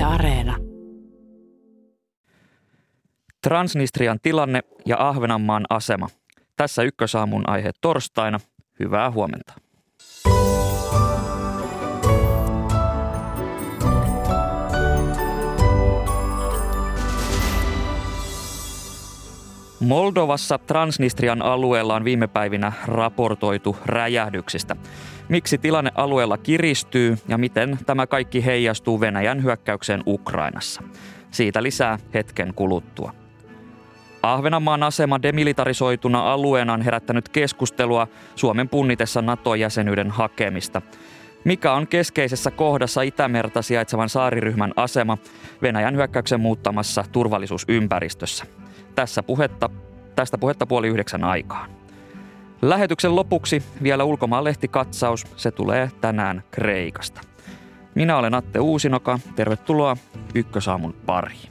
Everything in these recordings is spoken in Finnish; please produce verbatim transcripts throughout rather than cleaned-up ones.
Areena. Transnistrian tilanne ja Ahvenanmaan asema. Tässä Ykkösaamun aihe torstaina. Hyvää huomenta. Moldovassa Transnistrian alueella on viime päivinä raportoitu räjähdyksistä. Miksi tilanne alueella kiristyy ja miten tämä kaikki heijastuu Venäjän hyökkäykseen Ukrainassa? Siitä lisää hetken kuluttua. Ahvenanmaan asema demilitarisoituna alueena on herättänyt keskustelua Suomen punnitessa NATO-jäsenyyden hakemista. Mikä on keskeisessä kohdassa Itämerta sijaitsevan saariryhmän asema Venäjän hyökkäyksen muuttamassa turvallisuusympäristössä? Tässä puhetta, tästä puhetta puoli yhdeksän aikaan. Lähetyksen lopuksi vielä ulkomaanlehtikatsaus. Se tulee tänään Kreikasta. Minä olen Atte Uusinoka. Tervetuloa Ykkösaamun pariin.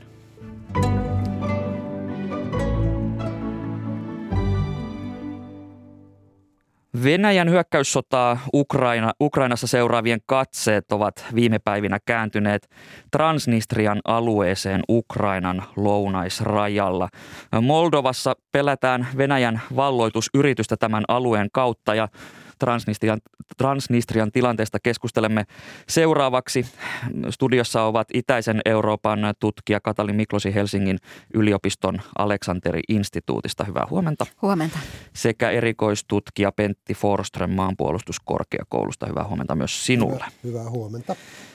Venäjän hyökkäyssotaa Ukraina, Ukrainassa seuraavien katseet ovat viime päivinä kääntyneet Transnistrian alueeseen Ukrainan lounaisrajalla. Moldovassa pelätään Venäjän valloitusyritystä tämän alueen kautta ja Transnistrian, Transnistrian tilanteesta keskustelemme seuraavaksi. Studiossa ovat Itäisen Euroopan tutkija Katalin Miklosi Helsingin yliopiston Aleksanteri-instituutista. Hyvää huomenta. Huomenta. Sekä erikoistutkija Pentti Forsström maanpuolustuskorkeakoulusta. Hyvää huomenta myös sinulle. Hyvää, hyvää huomenta.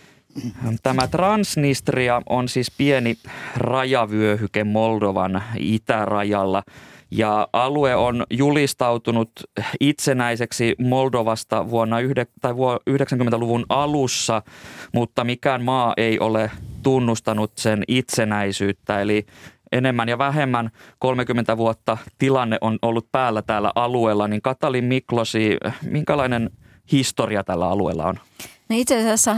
Tämä Transnistria on siis pieni rajavyöhyke Moldovan itärajalla. Ja alue on julistautunut itsenäiseksi Moldovasta vuonna yhdeksänkymmentäluvun alussa, mutta mikään maa ei ole tunnustanut sen itsenäisyyttä. Eli enemmän ja vähemmän kolmekymmentä vuotta tilanne on ollut päällä täällä alueella. Niin Katalin Miklosi, minkälainen historia tällä alueella on? No itse asiassa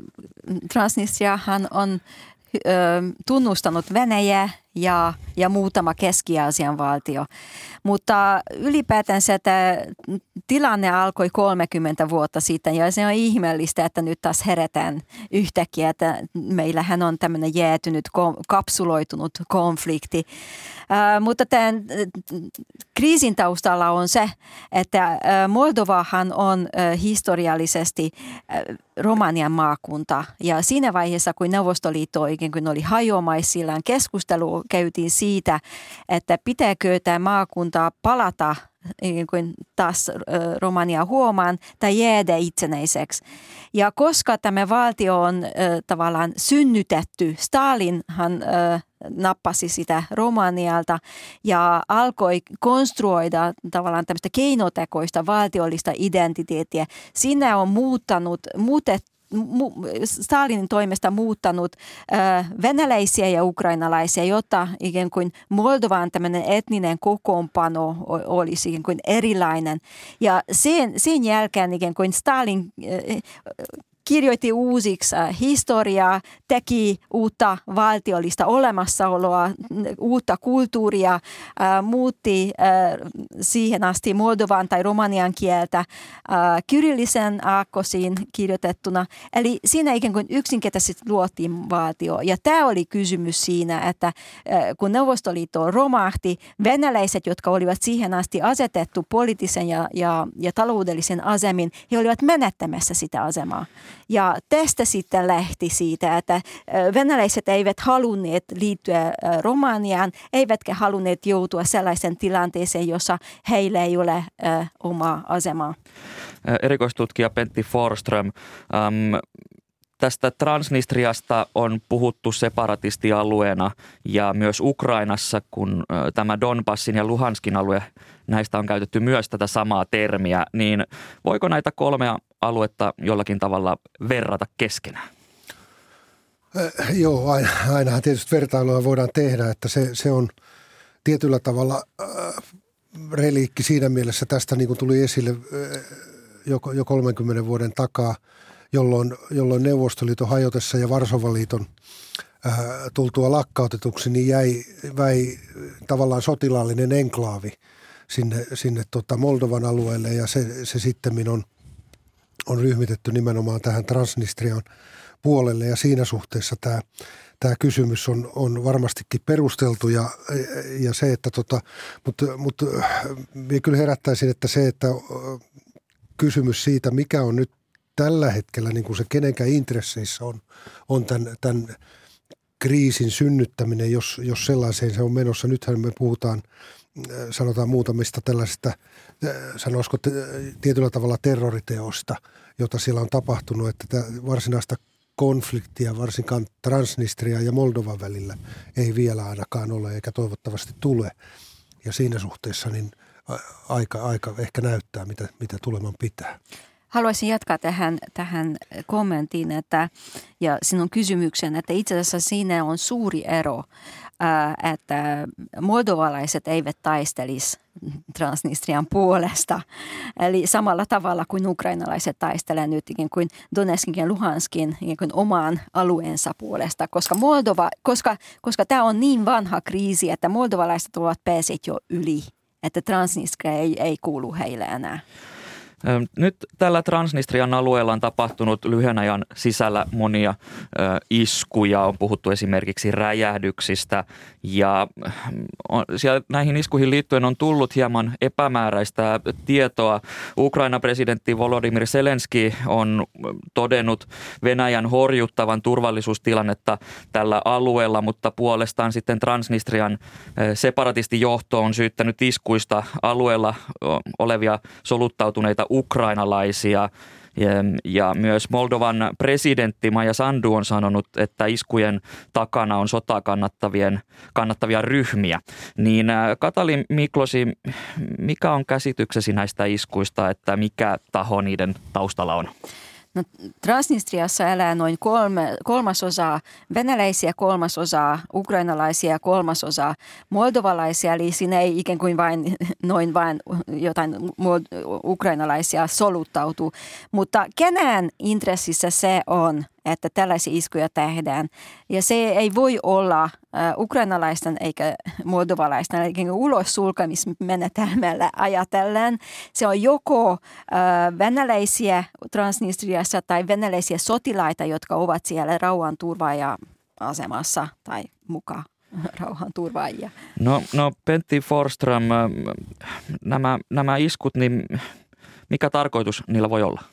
Transnistriahan on ö, tunnustanut Venäjä ja, ja muutama Keski-Aasian valtio. Mutta ylipäätänsä tämä tilanne alkoi kolmekymmentä vuotta sitten ja se on ihmeellistä, että nyt taas herätään yhtäkkiä, että meillähän on tämmöinen jäätynyt, kapsuloitunut konflikti. Äh, mutta tämän kriisin taustalla on se, että Moldovahan on äh, historiallisesti äh, Romanian maakunta ja siinä vaiheessa, kun Neuvostoliitto oikein kun oli hajomaisillaan, keskustelu käytiin siitä, että pitääkö tämä maakunta palata kuin taas Romania huomaan tai jäädä itsenäiseksi. Ja koska tämä valtio on äh, tavallaan synnytetty, Stalinhan äh, nappasi sitä Romanialta ja alkoi konstruoida tavallaan tämmöistä keinotekoista valtiollista identiteettiä. Siinä on muuttanut, muutettu Stalinin toimesta muuttanut äh, venäläisiä ja ukrainalaisia, jotta ikään kuin Moldovan tämmöinen etninen kokoonpano olisi ikään kuin erilainen. Ja sen, sen jälkeen ikään kuin Stalin äh, kirjoitti uusiksi äh, historiaa, teki uutta valtiollista olemassaoloa, uutta kulttuuria, äh, muutti äh, siihen asti Moldovan tai romanian kieltä äh, kyrillisen aakkosiin kirjoitettuna. Eli siinä ikään kuin yksinkertaisesti luotiin valtio. Ja tämä oli kysymys siinä, että äh, kun Neuvostoliitto romahti, venäläiset, jotka olivat siihen asti asetettu poliittisen ja, ja, ja taloudellisen asemin, he olivat menettämässä sitä asemaa. Ja tästä sitten lähti siitä, että venäläiset eivät halunneet liittyä Romaniaan, eivätkä halunneet joutua sellaisen tilanteeseen, jossa heillä ei ole äh, omaa asemaa. Erikoistutkija Pentti Forsström, ähm, tästä Transnistriasta on puhuttu separatistialueena ja myös Ukrainassa, kun äh, tämä Donbassin ja Luhanskin alue, näistä on käytetty myös tätä samaa termiä, niin voiko näitä kolmea aluetta jollakin tavalla verrata keskenään? Äh, joo, aina, ainahan tietysti vertailua voidaan tehdä, että se, se on tietyllä tavalla äh, reliikki siinä mielessä tästä, niin kuin tuli esille äh, jo, jo kolmenkymmenen vuoden takaa, jolloin, jolloin Neuvostoliiton hajotessa ja Varsovaliiton äh, tultua lakkautetuksi, niin jäi, jäi tavallaan sotilaallinen enklaavi sinne, sinne tota Moldovan alueelle ja se, se sittemmin on, on ryhmitetty nimenomaan tähän Transnistrian puolelle ja siinä suhteessa tämä, tämä kysymys on, on varmastikin perusteltu ja, ja se, että tota, mutta, mutta minä kyllä herättäisin, että se, että kysymys siitä, mikä on nyt tällä hetkellä niin kuin se kenenkään intresseissä on, on tämän, tämän kriisin synnyttäminen, jos, jos sellaiseen se on menossa. Nythän me puhutaan, sanotaan muutamista tällaisista, sanoisiko tietyllä tavalla terroriteosta, jota siellä on tapahtunut, että tämä varsinaista konfliktia varsinkaan Transnistria ja Moldovan välillä ei vielä ainakaan ole eikä toivottavasti tule. Ja siinä suhteessa niin aika, aika ehkä näyttää, mitä, mitä tuleman pitää. Haluaisin jatkaa tähän, tähän kommenttiin että, ja sinun kysymyksen, että itse asiassa siinä on suuri ero, että moldovalaiset eivät taistelisi Transnistrian puolesta. Eli samalla tavalla kuin ukrainalaiset taistelevat nyt ikään kuin Donetskin ja Luhanskin ikään kuin oman alueensa puolesta, koska, Moldova, koska, koska tämä on niin vanha kriisi, että moldovalaiset ovat päässeet jo yli, että Transnistria ei, ei kuulu heille enää. Nyt tällä Transnistrian alueella on tapahtunut lyhyen ajan sisällä monia ö, iskuja. On puhuttu esimerkiksi räjähdyksistä ja on, siellä näihin iskuihin liittyen on tullut hieman epämääräistä tietoa. Ukrainan presidentti Volodymyr Zelenski on todennut Venäjän horjuttavan turvallisuustilannetta tällä alueella, mutta puolestaan sitten Transnistrian separatistijohto on syyttänyt iskuista alueella olevia soluttautuneita ukrainalaisia ja, ja myös Moldovan presidentti Maja Sandu on sanonut, että iskujen takana on sotaa kannattavien, kannattavia ryhmiä. Niin Katalin Miklosi, mikä on käsityksesi näistä iskuista, että mikä taho niiden taustalla on? No, Transnistriassa elää noin kolme, kolmasosa venäläisiä, kolmasosa ukrainalaisia, kolmasosa moldovalaisia, eli siinä ei ikään kuin vain noin vain jotain ukrainalaisia soluttautuu. Mutta kenen intressissä se on, että tällaisia iskuja tehdään. Ja se ei voi olla äh, ukrainalaisten eikä moldovalaisten, eli ulos sulkemismenetelmällä ajatellen. Se on joko äh, venäläisiä Transnistriassa tai venäläisiä sotilaita, jotka ovat siellä rauhanturvaaja-asemassa tai mukaan rauhanturvaajia. No, no Pentti Forsström, nämä, nämä iskut, niin mikä tarkoitus niillä voi olla?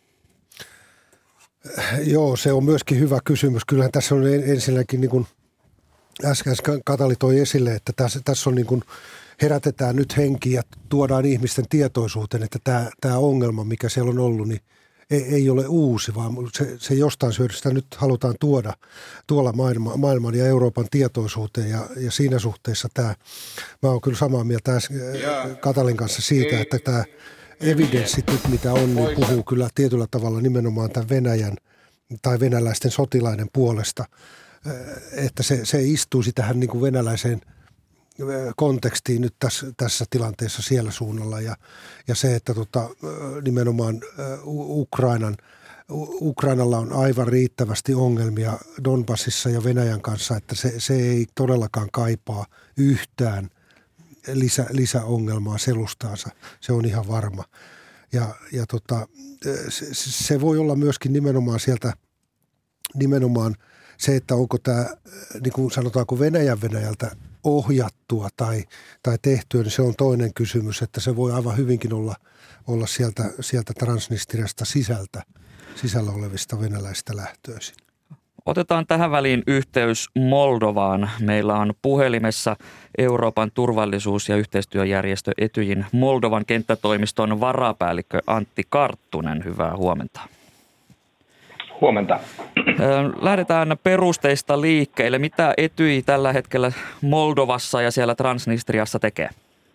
Joo, se on myöskin hyvä kysymys. Kyllähän tässä on ensinnäkin, niin kuin äsken Katali toi esille, että tässä, tässä on niin kuin herätetään nyt henkiä ja tuodaan ihmisten tietoisuuteen, että tämä, tämä ongelma, mikä siellä on ollut, niin ei, ei ole uusi, vaan se, se jostain syystä nyt halutaan tuoda tuolla maailma, maailman ja Euroopan tietoisuuteen ja, ja siinä suhteessa tämä, mä oon kyllä samaa mieltä Katalin kanssa siitä, että tämä evidenssit nyt, mitä on, niin puhuu kyllä tietyllä tavalla nimenomaan tämän Venäjän tai venäläisten sotilaiden puolesta, että se, se istuisi tähän niin kuin venäläiseen kontekstiin nyt tässä, tässä tilanteessa siellä suunnalla ja, ja se, että tota, nimenomaan Ukrainan, Ukrainalla on aivan riittävästi ongelmia Donbassissa ja Venäjän kanssa, että se, se ei todellakaan kaipaa yhtään Lisä, lisäongelmaa selustaansa, se on ihan varma. Ja, ja tota, se, se voi olla myöskin nimenomaan sieltä, nimenomaan se, että onko tämä, niin kuin sanotaanko Venäjän Venäjältä ohjattua tai, tai tehtyä, niin se on toinen kysymys, että se voi aivan hyvinkin olla, olla sieltä, sieltä Transnistriasta sisältä, sisällä olevista venäläistä lähtöisin. Otetaan tähän väliin yhteys Moldovaan. Meillä on puhelimessa Euroopan turvallisuus- ja yhteistyöjärjestö Etyjin Moldovan kenttätoimiston varapäällikkö Antti Karttunen. Hyvää huomenta. Huomenta. Lähdetään perusteista liikkeelle. Mitä Etyj tällä hetkellä Moldovassa ja siellä Transnistriassa tekee?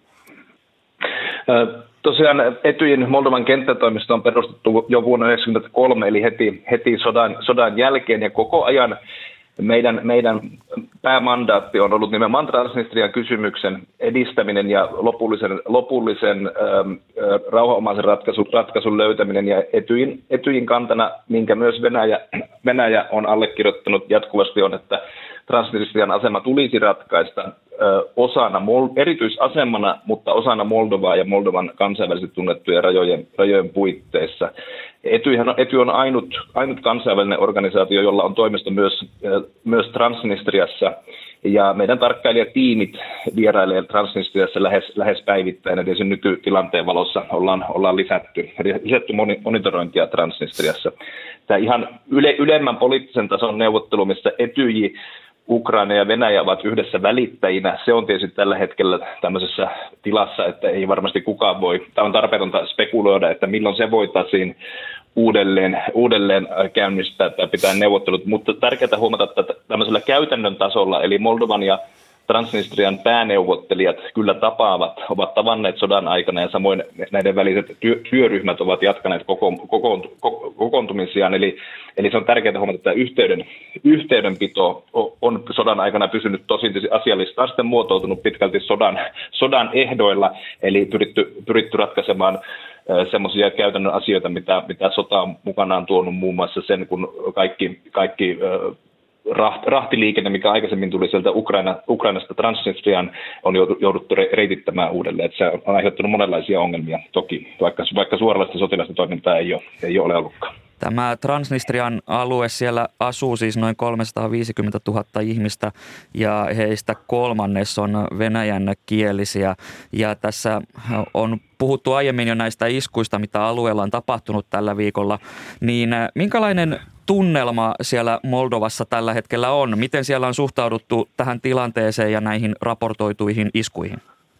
Tosiaan Etyjin Moldovan kenttätoimisto on perustettu jo vuonna yhdeksänkymmentäkolme, eli heti, heti sodan, sodan jälkeen, ja koko ajan meidän, meidän päämandaatti on ollut nimenomaan Transnistrian kysymyksen edistäminen ja lopullisen, lopullisen ähm, rauhanomaisen ratkaisun, ratkaisun löytäminen, ja Etyjin, Etyjin kantana, minkä myös Venäjä, Venäjä on allekirjoittanut jatkuvasti, on, että Transnistrian asema tulisi ratkaista osana, erityisasemana, mutta osana Moldovaa ja Moldovan kansainvälisesti tunnettujen rajojen, rajojen puitteissa. Etyhän, Ety on ainut, ainut kansainvälinen organisaatio, jolla on toimisto myös, myös Transnistriassa, ja meidän tarkkailijatiimit vierailee Transnistriassa lähes, lähes päivittäin, eli sen nykytilanteen valossa ollaan, ollaan lisätty, lisätty monitorointia Transnistriassa. Tämä ihan yle, ylemmän poliittisen tason neuvottelu, missä Etyj, Ukraina ja Venäjä ovat yhdessä välittäjinä. Se on tietysti tällä hetkellä tämmöisessä tilassa, että ei varmasti kukaan voi, tämä on tarpeetonta spekuloida, että milloin se voitaisiin uudelleen, uudelleen käynnistää tai pitää neuvottelut. Mutta tärkeää huomata, että tämmöisellä käytännön tasolla, eli Moldovan ja Transnistrian pääneuvottelijat kyllä tapaavat, ovat tavanneet sodan aikana ja samoin näiden väliset työ, työryhmät ovat jatkaneet koko, koko, koko, kokoontumisiaan. Eli, eli se on tärkeää huomata, että yhteyden, yhteydenpito on sodan aikana pysynyt tosin asiallisesti sitten muotoutunut pitkälti sodan, sodan ehdoilla, eli pyritty, pyritty ratkaisemaan semmoisia käytännön asioita, mitä, mitä sota on mukanaan tuonut, muun muassa sen, kun kaikki, kaikki rahtiliikenne, mikä aikaisemmin tuli sieltä Ukraina, Ukrainasta Transnistriaan, on jouduttu reitittämään uudelleen. Että se on aiheuttanut monenlaisia ongelmia toki, vaikka, vaikka suoralaista sotilaista toimintaa ei ole, ei ole ollutkaan. Tämä Transnistrian alue, siellä asuu siis noin kolmesataaviisikymmentätuhatta ihmistä ja heistä kolmannes on venäjän kielisiä. Ja tässä on puhuttu aiemmin jo näistä iskuista, mitä alueella on tapahtunut tällä viikolla. Niin minkälainen tunnelma siellä Moldovassa tällä hetkellä on? Miten siellä on suhtauduttu tähän tilanteeseen ja näihin raportoituihin iskuihin?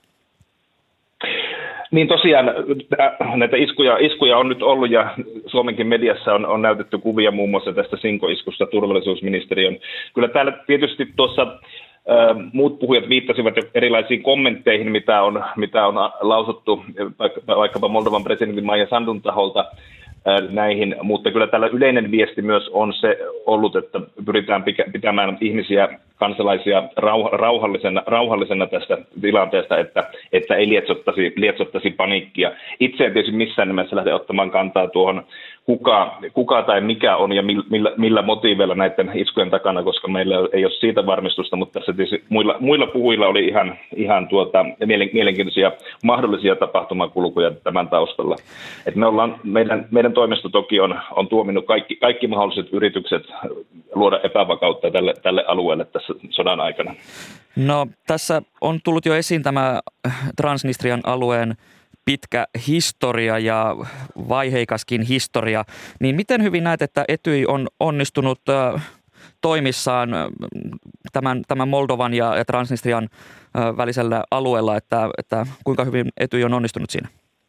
Niin tosiaan näitä iskuja, iskuja on nyt ollut ja Suomenkin mediassa on, on näytetty kuvia muun muassa tästä Sinko-iskusta turvallisuusministeriön. Kyllä täällä tietysti tuossa ä, muut puhujat viittasivat jo erilaisiin kommentteihin, mitä on, mitä on lausuttu vaikkapa Moldovan presidentin Maija Sandun taholta näihin, mutta kyllä tällä yleinen viesti myös on se ollut, että pyritään pitämään ihmisiä, kansalaisia rauhallisena, rauhallisena tästä tilanteesta, että, että ei lietsottaisi, lietsottaisi paniikkia. Itse en tietysti missään nimessä lähde ottamaan kantaa tuohon, kuka, kuka tai mikä on ja millä, millä motiiveilla näiden iskujen takana, koska meillä ei ole siitä varmistusta, mutta tässä tietysti muilla, muilla puhujilla oli ihan, ihan tuota, mielenkiintoisia mahdollisia tapahtumakulkuja tämän taustalla. Et me ollaan, meidän, meidän toimisto toki on, on tuominut kaikki, kaikki mahdolliset yritykset luoda epävakautta tälle, tälle alueelle tässä sodan aikana. No tässä on tullut jo esiin tämä Transnistrian alueen pitkä historia ja vaiheikaskin historia, niin miten hyvin näet, että Etyj on onnistunut toimissaan tämän, tämän Moldovan ja, ja Transnistrian välisellä alueella, että, että kuinka hyvin Etyj on onnistunut siinä?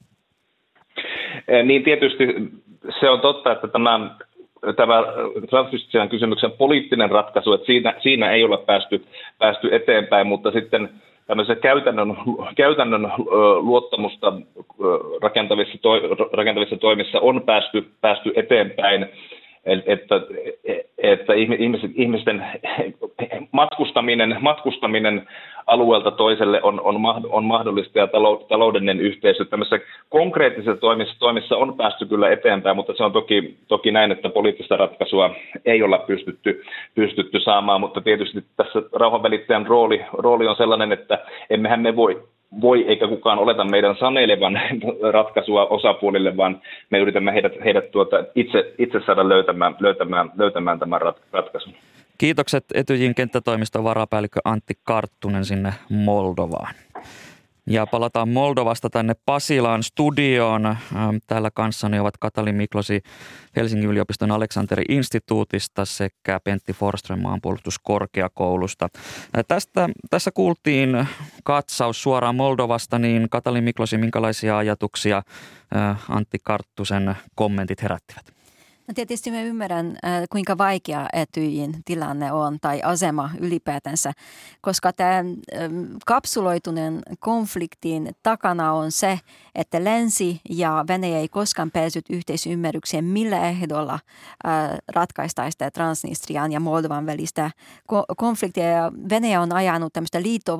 Niin tietysti se on totta, että tämä, tämä Transnistrian kysymyksen poliittinen ratkaisu, että siinä, siinä ei ole päästy, päästy eteenpäin, mutta sitten tämmöisessä käytännön, käytännön luottamusta rakentavissa, to, rakentavissa toimissa on päästy, päästy eteenpäin, että, että ihmiset, ihmisten matkustaminen, matkustaminen alueelta toiselle on, on, on mahdollista ja taloudellinen yhteisö. Tämmöisissä konkreettisissa toimissa, toimissa on päästy kyllä eteenpäin, mutta se on toki, toki näin, että poliittista ratkaisua ei olla pystytty, pystytty saamaan, mutta tietysti tässä rauhanvälittäjän rooli, rooli on sellainen, että emmehän me voi voi eikä kukaan oleta meidän sanelevan ratkaisua osapuolille, vaan me yritämme heidät, heidät tuota itse, itse saada löytämään, löytämään, löytämään tämän ratkaisun. Kiitokset Etyjin kenttätoimiston varapäällikkö Antti Karttunen sinne Moldovaan. Ja palataan Moldovasta tänne Pasilaan studioon. Täällä kanssani ovat Katalin Miklosi Helsingin yliopiston Aleksanteri-instituutista sekä Pentti Forsström maanpuolustuskorkeakoulusta. Tästä, tässä kuultiin katsaus suoraan Moldovasta, niin Katalin Miklosi, minkälaisia ajatuksia Antti Karttusen kommentit herättivät? No tietysti mä ymmärrän, kuinka vaikea Etyjin tilanne on tai asema ylipäätänsä, koska tämä kapsuloituneen konfliktin takana on se, että Länsi ja Venäjä ei koskaan päässyt yhteisymmärrykseen, millä ehdolla ratkaistaisi tämä Transnistrian ja Moldovan välistä konfliktia. Ja Venäjä on ajanut tämmöistä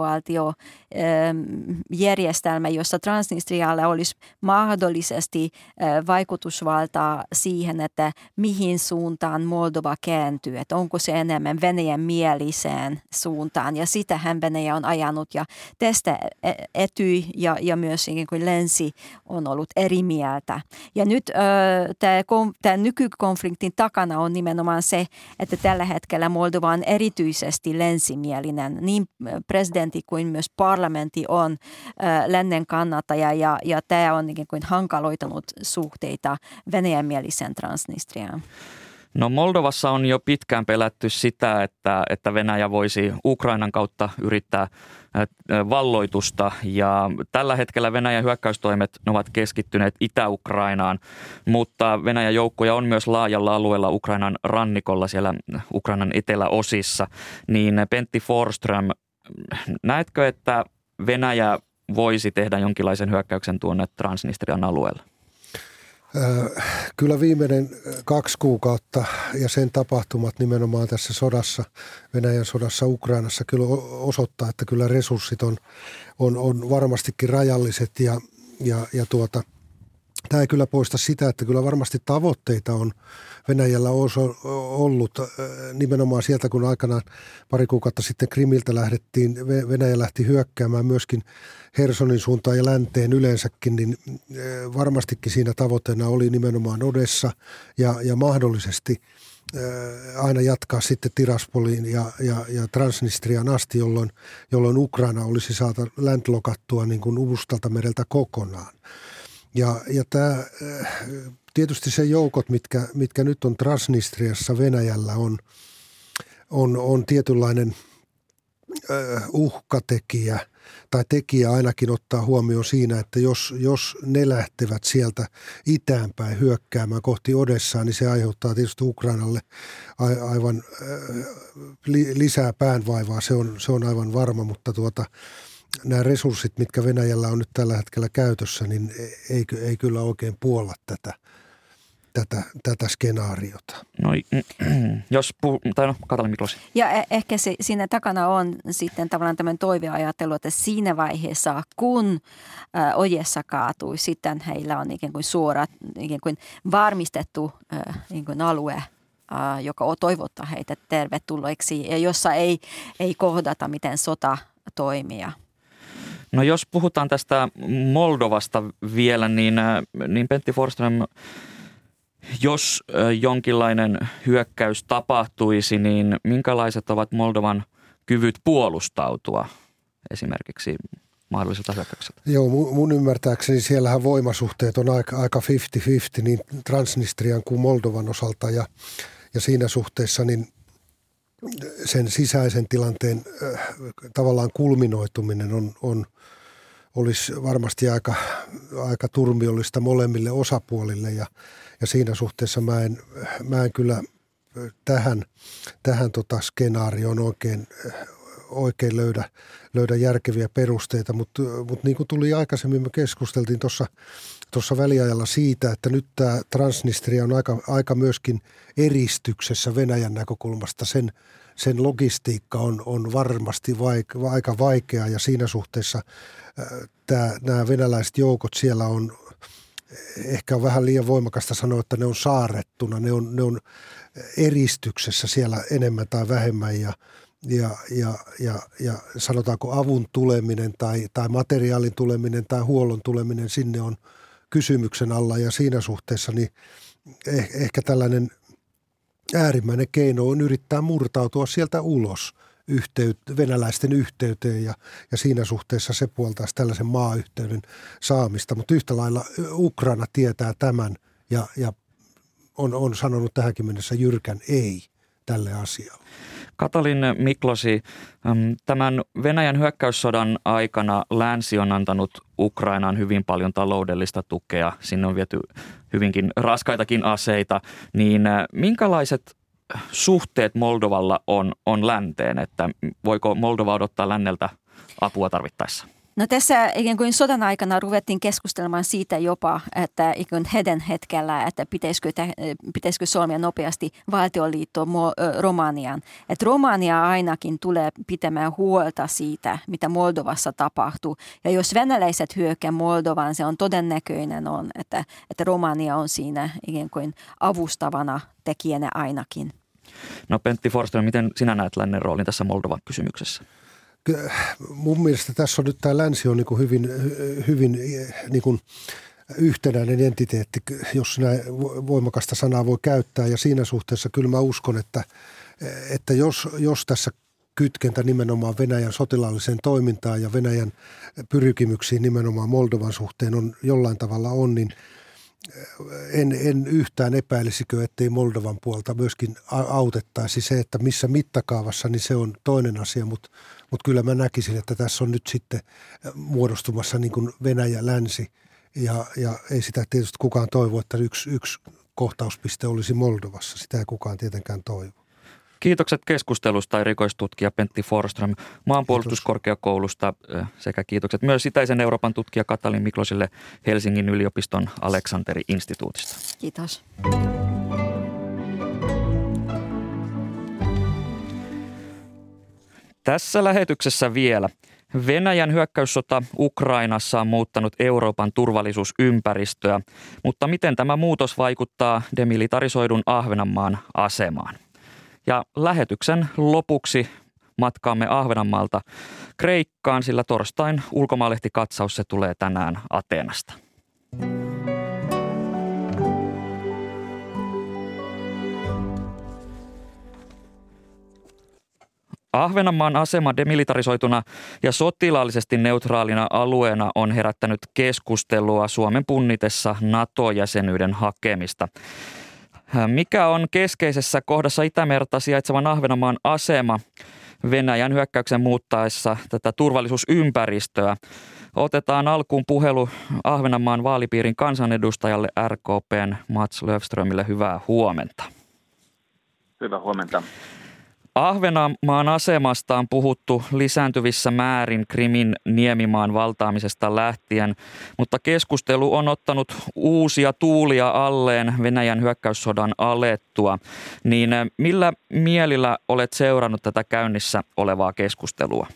liittovaltiojärjestelmää, jossa Transnistrialla olisi mahdollisesti vaikutusvaltaa siihen, että mihin suuntaan Moldova kääntyy, että onko se enemmän Venäjän mieliseen suuntaan. Ja sitähän Venäjä on ajanut ja tästä Etyj ja, ja myös niin kuin länsi on ollut eri mieltä. Ja nyt tämä nykykonfliktin takana on nimenomaan se, että tällä hetkellä Moldova on erityisesti länsimielinen. Niin presidentti kuin myös parlamentti on lännen kannattaja ja, ja tämä on niin kuin hankaloitanut suhteita venäjänmieliseen Transnistriaan. No Moldovassa on jo pitkään pelätty sitä, että, että Venäjä voisi Ukrainan kautta yrittää valloitusta ja tällä hetkellä Venäjän hyökkäystoimet ovat keskittyneet Itä-Ukrainaan, mutta Venäjän joukkoja on myös laajalla alueella Ukrainan rannikolla siellä Ukrainan eteläosissa. Niin Pentti Forsström, näetkö, että Venäjä voisi tehdä jonkinlaisen hyökkäyksen tuonne Transnistrian alueelle? Kyllä viimeinen kaksi kuukautta ja sen tapahtumat nimenomaan tässä sodassa, Venäjän sodassa Ukrainassa kyllä osoittaa, että kyllä resurssit on, on, on varmastikin rajalliset ja, ja, ja tuota, tämä ei kyllä poista sitä, että kyllä varmasti tavoitteita on Venäjällä ollut nimenomaan sieltä, kun aikanaan pari kuukautta sitten Krimiltä lähdettiin, Venäjä lähti hyökkäämään myöskin Hersonin suuntaan ja länteen yleensäkin, niin varmastikin siinä tavoitteena oli nimenomaan Odessa ja, ja mahdollisesti aina jatkaa sitten Tiraspoliin ja, ja, ja Transnistrian asti, jolloin, jolloin Ukraina olisi saata landlokattua niin kuin Mustalta mereltä kokonaan. Ja, ja tämä, tietysti se joukot, mitkä, mitkä nyt on Transnistriassa Venäjällä, on, on, on tietynlainen uhkatekijä tai tekijä ainakin ottaa huomioon siinä, että jos, jos ne lähtevät sieltä itäänpäin hyökkäämään kohti Odessaa, niin se aiheuttaa tietysti Ukrainalle aivan lisää päänvaivaa, se on, se on aivan varma, mutta tuota, nämä resurssit, mitkä Venäjällä on nyt tällä hetkellä käytössä, niin ei, ei kyllä oikein puolla tätä, tätä, tätä skenaariota. No, jos puh- tai no, Katalin Miklosi. Ja ehkä se, siinä takana on sitten tavallaan tämmöinen toiveajattelu, että siinä vaiheessa, kun äh, Odessa kaatui, sitten heillä on ikään kuin suora, ikään kuin varmistettu äh, ikään kuin alue, äh, joka toivottaa heitä tervetulleeksi ja jossa ei, ei kohdata, miten sota toimii. No jos puhutaan tästä Moldovasta vielä, niin, niin Pentti Forsström, jos jonkinlainen hyökkäys tapahtuisi, niin minkälaiset ovat Moldovan kyvyt puolustautua esimerkiksi mahdollisilta hyökkäyksiltä? Joo, mun ymmärtääkseni siellähän voimasuhteet on aika, aika viisikymmentä viisikymmentä niin Transnistrian kuin Moldovan osalta ja, ja siinä suhteessa niin sen sisäisen tilanteen äh, tavallaan kulminoituminen on, on, olisi varmasti aika, aika turmiollista molemmille osapuolille ja, ja siinä suhteessa mä en, mä en kyllä tähän, tähän tota skenaarioon oikein, oikein löydä, löydä järkeviä perusteita, mutta, mutta niin kuin tuli aikaisemmin, me keskusteltiin tuossa tuossa väliajalla siitä, että nyt tämä Transnistria on aika, aika myöskin eristyksessä Venäjän näkökulmasta. Sen, sen logistiikka on, on varmasti vaike, aika vaikea ja siinä suhteessa tämä, nämä venäläiset joukot siellä on, ehkä on vähän liian voimakasta sanoa, että ne on saarrettuna, ne on, ne on eristyksessä siellä enemmän tai vähemmän ja Ja, ja, ja, ja sanotaanko avun tuleminen tai, tai materiaalin tuleminen tai huollon tuleminen sinne on kysymyksen alla ja siinä suhteessa niin eh, ehkä tällainen äärimmäinen keino on yrittää murtautua sieltä ulos yhteyt, venäläisten yhteyteen ja, ja siinä suhteessa se puoltaisi tällaisen maayhteyden saamista, mutta yhtä lailla Ukraina tietää tämän ja, ja on, on sanonut tähänkin mennessä jyrkän ei tälle asialle. Katalin Miklosi, tämän Venäjän hyökkäyssodan aikana länsi on antanut Ukrainaan hyvin paljon taloudellista tukea. Sinne on viety hyvinkin raskaitakin aseita. Niin minkälaiset suhteet Moldovalla on, on länteen? Että voiko Moldova odottaa länneltä apua tarvittaessa? No tässä ikään kuin sodan aikana ruvettiin keskustelemaan siitä jopa, että ikään kuin heden hetkellä, että pitäisikö, pitäisikö solmia nopeasti valtioliitto Romaniaan. Että Romania ainakin tulee pitämään huolta siitä, mitä Moldovassa tapahtuu. Ja jos venäläiset hyökkää Moldovaan, se on todennäköinen, on, että, että Romania on siinä ikään kuin avustavana tekijänä ainakin. No Pentti Forsström, miten sinä näet lännen roolin tässä Moldovan kysymyksessä? Mun mielestä tässä on nyt tämä länsi on niin kuin hyvin, hyvin niin kuin yhtenäinen entiteetti, jos näin voimakasta sanaa voi käyttää. Ja siinä suhteessa kyllä mä uskon, että, että jos, jos tässä kytkentä nimenomaan Venäjän sotilaalliseen toimintaan ja Venäjän pyrkimyksiin nimenomaan Moldovan suhteen on jollain tavalla on, niin En, en yhtään epäilisikö, ettei Moldovan puolta myöskin autettaisi. Se, että missä mittakaavassa, niin se on toinen asia, mutta, mutta kyllä mä näkisin, että tässä on nyt sitten muodostumassa niin kuin Venäjä-länsi ja, ja ei sitä tietysti kukaan toivo, että yksi, yksi kohtauspiste olisi Moldovassa. Sitä ei kukaan tietenkään toivo. Kiitokset keskustelusta erikoistutkija Pentti Forsström Maanpuolustuskorkeakoulusta sekä kiitokset myös Itäisen Euroopan tutkija Katalin Miklosille Helsingin yliopiston Aleksanteri-instituutista. Kiitos. Tässä lähetyksessä vielä. Venäjän hyökkäyssota Ukrainassa on muuttanut Euroopan turvallisuusympäristöä, mutta miten tämä muutos vaikuttaa demilitarisoidun Ahvenanmaan asemaan? Ja lähetyksen lopuksi matkaamme Ahvenanmaalta Kreikkaan, sillä torstain ulkomaalehtikatsaus se tulee tänään Ateenasta. Ahvenanmaan asema demilitarisoituna ja sotilaallisesti neutraalina alueena on herättänyt keskustelua Suomen punnitessa NATO-jäsenyyden hakemista. Mikä on keskeisessä kohdassa Itämerta sijaitsevan Ahvenanmaan asema Venäjän hyökkäyksen muuttaessa tätä turvallisuusympäristöä? Otetaan alkuun puhelu Ahvenanmaan vaalipiirin kansanedustajalle R K P:n Mats Löfströmille. Hyvää huomenta. Hyvää huomenta. Ahvenanmaan asemasta on puhuttu lisääntyvissä määrin Krimin niemimaan valtaamisesta lähtien, mutta keskustelu on ottanut uusia tuulia alleen Venäjän hyökkäyssodan alettua. Niin millä mielillä olet seurannut tätä käynnissä olevaa keskustelua?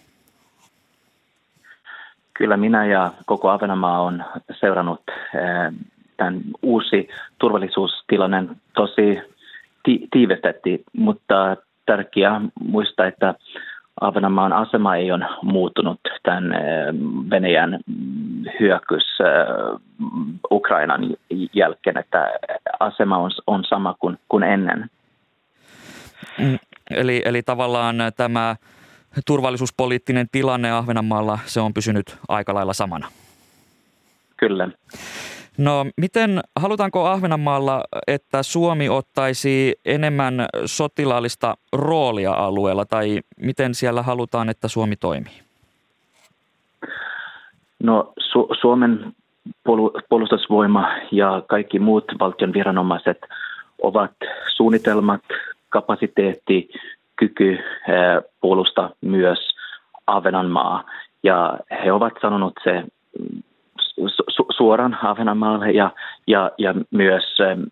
Kyllä minä ja koko Ahvenanmaa on seurannut tämän uusi turvallisuustilanne tosi ti- tiivistetti, mutta tärkeää muistaa, että Ahvenanmaan asema ei ole muuttunut tämän Venäjän hyökkäys Ukrainan jälkeen, että asema on, on sama kuin, kuin ennen. Eli, eli tavallaan tämä turvallisuuspoliittinen tilanne Ahvenanmaalla, se on pysynyt aika lailla samana. Kyllä. No miten, halutaanko Ahvenanmaalla, että Suomi ottaisi enemmän sotilaallista roolia alueella tai miten siellä halutaan, että Suomi toimii? No Su- Suomen puolustusvoima ja kaikki muut valtion viranomaiset ovat suunnitelmat, kapasiteetti, kyky puolustaa myös Ahvenanmaa ja he ovat sanonut se Su- suoraan Ahvenanmaalle ja, ja, ja myös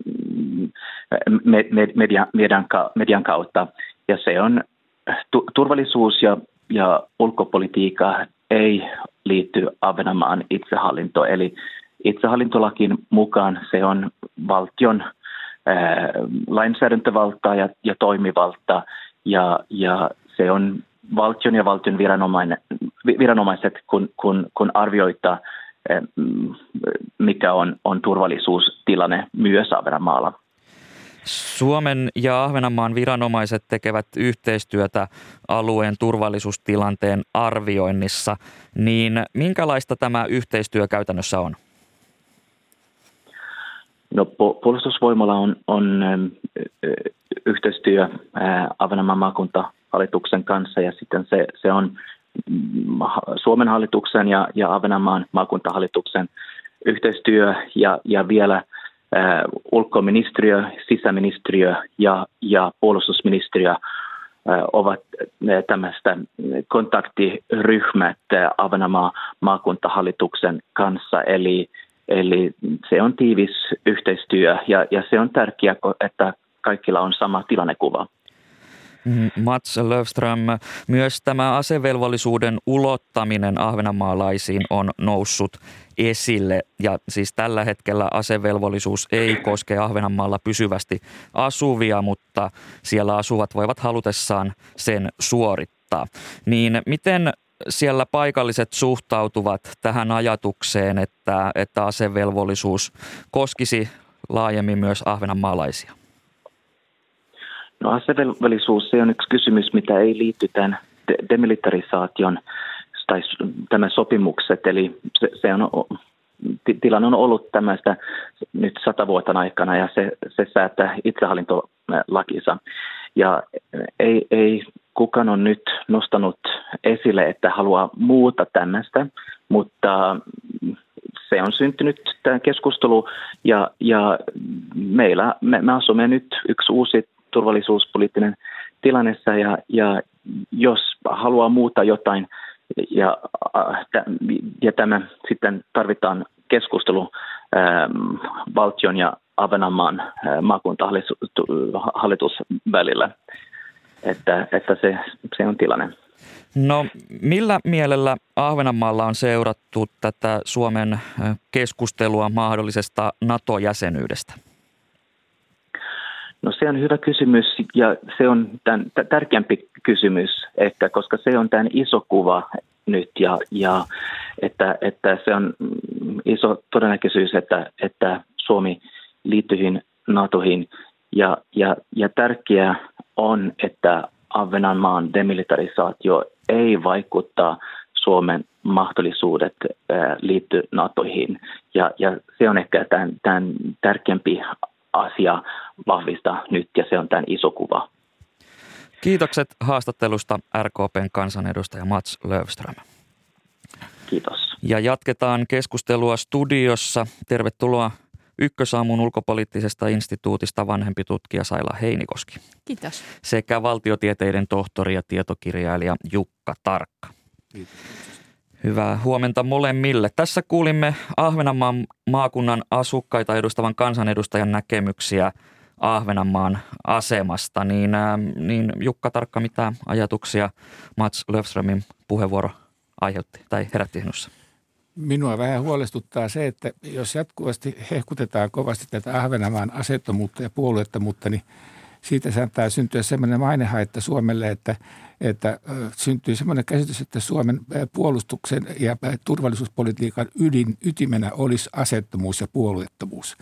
med, med, median, median kautta. Ja se on tu- turvallisuus ja, ja ulkopolitiikka ei liity Ahvenanmaan itsehallintoon. Eli itsehallintolakin mukaan se on valtion ää, lainsäädäntövaltaa ja, ja toimivalta ja, ja se on valtion ja valtion viranomaiset, kun, kun, kun arvioittaa mikä on, on turvallisuustilanne myös Ahvenanmaalla. Suomen ja Ahvenanmaan viranomaiset tekevät yhteistyötä alueen turvallisuustilanteen arvioinnissa, niin minkälaista tämä yhteistyö käytännössä on? No, puolustusvoimalla on, on yhteistyö Ahvenanmaan maakuntahallituksen kanssa ja sitten se, se on Suomen hallituksen ja, ja Ahvenanmaan maakuntahallituksen yhteistyö ja, ja vielä äh, ulkoministeriö, sisäministeriö ja, ja puolustusministeriö ovat tämmöistä kontaktiryhmät Ahvenanmaan maakuntahallituksen kanssa, eli, eli se on tiivis yhteistyö ja, ja se on tärkeää, että kaikilla on sama tilannekuva. Mats Löfström, myös tämä asevelvollisuuden ulottaminen ahvenanmaalaisiin on noussut esille ja siis tällä hetkellä asevelvollisuus ei koske Ahvenanmaalla pysyvästi asuvia, mutta siellä asuvat voivat halutessaan sen suorittaa. Niin miten siellä paikalliset suhtautuvat tähän ajatukseen, että, että asevelvollisuus koskisi laajemmin myös ahvenanmaalaisia? No asevelvollisuus, se on yksi kysymys, mitä ei liity tämän demilitarisaation tai tämän sopimukset, eli se, se on, tilanne on ollut tämmöistä nyt sata vuotta aikana ja se, se säätää itsehallintolakinsa. Ja ei, ei kukaan on nyt nostanut esille, että haluaa muuta tämmöistä, mutta se on syntynyt tämä keskustelu ja, ja meillä, me, me asumme nyt yksi uusi turvallisuuspoliittinen tilannessa ja, ja jos haluaa muuta jotain ja, ja tämä sitten tarvitaan keskustelu ää, valtion ja Ahvenanmaan maakuntahallitus välillä, että, että se, se on tilanne. No millä mielellä Ahvenanmaalla on seurattu tätä Suomen keskustelua mahdollisesta NATO-jäsenyydestä? No se on hyvä kysymys ja se on tämän tärkeämpi kysymys, että koska se on tämän iso kuva nyt ja, ja että, että se on iso todennäköisyys, että, että Suomi liittyy NATOihin ja, ja, ja tärkeää on, että Ahvenanmaan demilitarisaatio ei vaikuttaa Suomen mahdollisuudet liittyä NATOihin ja, ja se on ehkä tämän, tämän tärkeämpi asia vahvistaa nyt ja se on tämän iso kuva. Kiitokset haastattelusta R K P:n kansanedustaja Mats Löfström. Kiitos. Ja jatketaan keskustelua studiossa. Tervetuloa Ykkösaamun ulkopoliittisesta instituutista vanhempi tutkija Saila Heinikoski. Kiitos. Sekä valtiotieteiden tohtori ja tietokirjailija Jukka Tarkka. Kiitos. Hyvää huomenta molemmille. Tässä kuulimme Ahvenanmaan maakunnan asukkaita edustavan kansanedustajan näkemyksiä Ahvenanmaan asemasta. Niin, äh, niin Jukka Tarkka, mitä ajatuksia Mats Löfströmin puheenvuoro aiheutti tai herätti sinussa? Minua vähän huolestuttaa se, että jos jatkuvasti hehkutetaan kovasti tätä Ahvenanmaan aseettomuutta ja puolueettomuutta, niin siitä saattaa syntyä sellainen mainehaitta Suomelle, että, että syntyy sellainen käsitys, että Suomen puolustuksen ja turvallisuuspolitiikan ydin, ytimenä olisi aseettomuus ja puolueettomuus.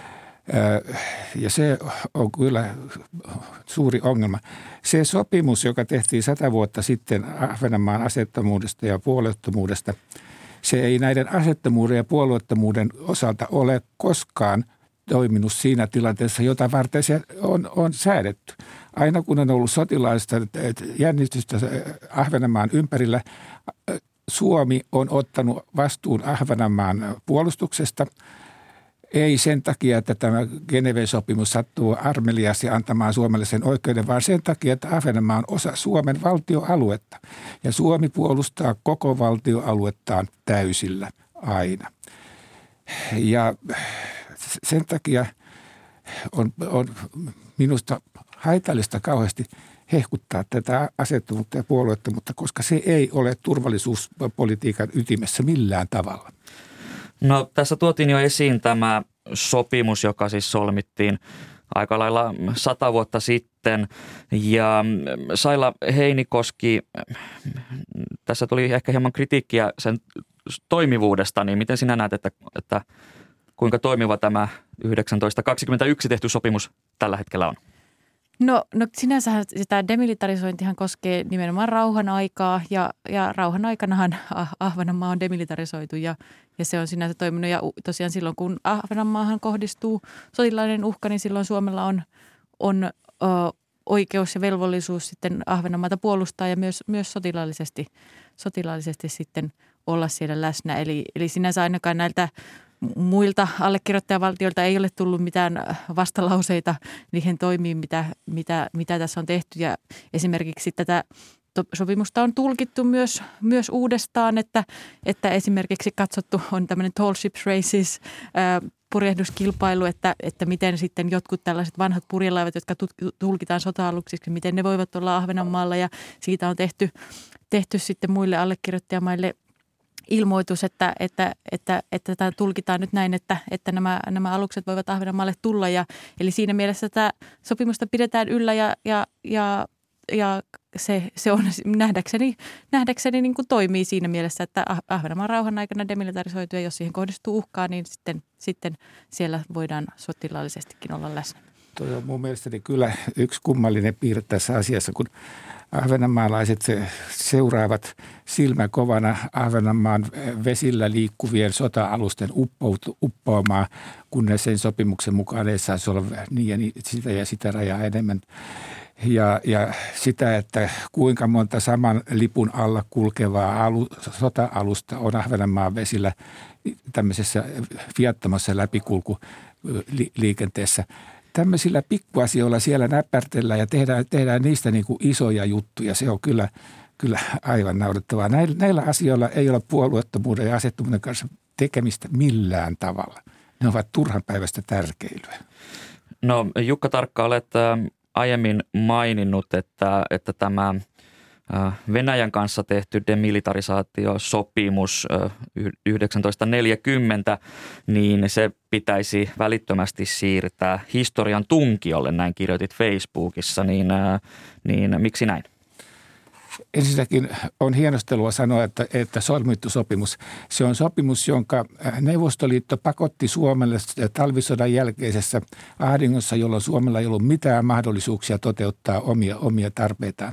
Ja se on kyllä suuri ongelma. Se sopimus, joka tehtiin sata vuotta sitten Ahvenanmaan aseettomuudesta ja puolueettomuudesta, se ei näiden asettomuuden ja puolueettomuuden osalta ole koskaan toiminut siinä tilanteessa, jota varten se on, on säädetty. Aina kun on ollut sotilaista jännitystä Ahvenanmaan ympärillä, Suomi on ottanut vastuun Ahvenanmaan puolustuksesta. Ei sen takia, että tämä Geneven sopimus sattuu armeliaasti antamaan Suomelle sen oikeuden, vaan sen takia, että Ahvenanmaa on osa Suomen valtioaluetta. Ja Suomi puolustaa koko valtioaluettaan täysillä aina. Ja sen takia on, on minusta haitallista kauheasti hehkuttaa tätä asettomuutta ja puolueettomuutta, koska se ei ole turvallisuuspolitiikan ytimessä millään tavalla. No tässä tuotiin jo esiin tämä sopimus, joka siis solmittiin aika lailla sata vuotta sitten. Ja Saila Heinikoski, tässä tuli ehkä hieman kritiikkiä sen toimivuudesta, niin miten sinä näet, että, että kuinka toimiva tämä tuhatyhdeksänsataakaksikymmentäyksi tehty sopimus tällä hetkellä on? No, no sinänsä sitä demilitarisointihan koskee nimenomaan rauhan aikaa ja, ja rauhan aikanahan Ahvenanmaa on demilitarisoitu ja, ja se on sinänsä toiminut. Ja tosiaan silloin kun Ahvenanmaahan kohdistuu sotilainen uhka, niin silloin Suomella on, on ö, oikeus ja velvollisuus sitten Ahvenanmaata puolustaa ja myös, myös sotilaallisesti, sotilaallisesti sitten olla siellä läsnä. Eli, eli sinänsä ainakaan näiltä muilta allekirjoittajavaltioilta ei ole tullut mitään vastalauseita niihin toimiin, mitä, mitä, mitä tässä on tehty. Ja esimerkiksi tätä sopimusta on tulkittu myös, myös uudestaan, että, että esimerkiksi katsottu on tämmöinen Tall Ships Races purjehduskilpailu, että, että miten sitten jotkut tällaiset vanhat purjelaivat, jotka tulkitaan sota-aluksiksi, miten ne voivat olla Ahvenanmaalla, ja siitä on tehty, tehty sitten muille allekirjoittajamaille ilmoitus, että, että, että, että tämä tulkitaan nyt näin, että, että nämä, nämä alukset voivat Ahvenanmaalle tulla. Ja, eli siinä mielessä tätä sopimusta pidetään yllä ja, ja, ja, ja se, se on nähdäkseni, nähdäkseni niin kuin toimii siinä mielessä, että Ahvenanmaan rauhan aikana demilitarisoitu, ja jos siihen kohdistuu uhkaa, niin sitten, sitten siellä voidaan sotilaallisestikin olla läsnä. Tuo on mun mielestäni kyllä yksi kummallinen piirre tässä asiassa, kun ahvenanmaalaiset seuraavat silmäkovana Ahvenanmaan vesillä liikkuvien sota-alusten uppoamaa, kun ne sen sopimuksen mukaan ei saisi olla niin ja niin, sitä ja sitä rajaa enemmän. Ja, ja sitä, että kuinka monta saman lipun alla kulkevaa alu, sota-alusta on Ahvenanmaan vesillä tämmöisessä viattomassa läpikulkuliikenteessä. Tämmöisillä pikkuasioilla siellä näpärtellään ja tehdään, tehdään niistä niin kuin isoja juttuja. Se on kyllä, kyllä aivan naurettavaa. Näillä, näillä asioilla ei ole puolueettomuuden ja asettomuuden kanssa tekemistä millään tavalla. Ne ovat turhanpäiväistä tärkeilyä. No Jukka Tarkka, olet aiemmin maininnut, että, että tämä Venäjän kanssa tehty demilitarisaatiosopimus tuhatyhdeksänsataaneljäkymmentä, niin se pitäisi välittömästi siirtää historian tunkiolle, näin kirjoitit Facebookissa, niin, niin miksi näin? Ensinnäkin on hienostelua sanoa, että, että solmittu sopimus, se on sopimus, jonka Neuvostoliitto pakotti Suomelle talvisodan jälkeisessä ahdingossa, jolloin Suomella ei ollut mitään mahdollisuuksia toteuttaa omia, omia tarpeitaan.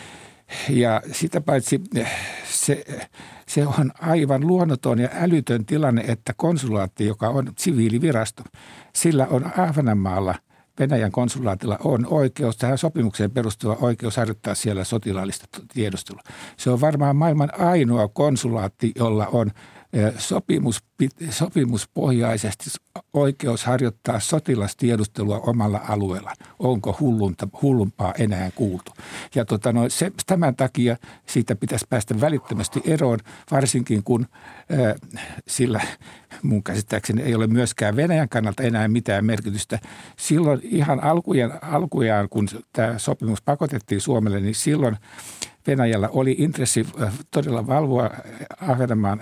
Ja sitä paitsi se, se on aivan luonnoton ja älytön tilanne, että konsulaatti, joka on siviilivirasto, sillä on Ahvenanmaalla, Venäjän konsulaatilla on oikeus, tähän sopimukseen perustuva oikeus harjoittaa siellä sotilaallista tiedustelua. Se on varmaan maailman ainoa konsulaatti, jolla on sopimus, sopimuspohjaisesti oikeus harjoittaa sotilastiedustelua omalla alueella. Onko hullunta, hullumpaa enää kuultu? Ja tota no, se, tämän takia siitä pitäisi päästä välittömästi eroon, varsinkin kun ää, sillä mun käsittääkseni ei ole myöskään Venäjän kannalta enää mitään merkitystä. Silloin ihan alkujaan, alkujaan kun tämä sopimus pakotettiin Suomelle, niin silloin Venäjällä oli intressi todella valvoa Ahvenanmaan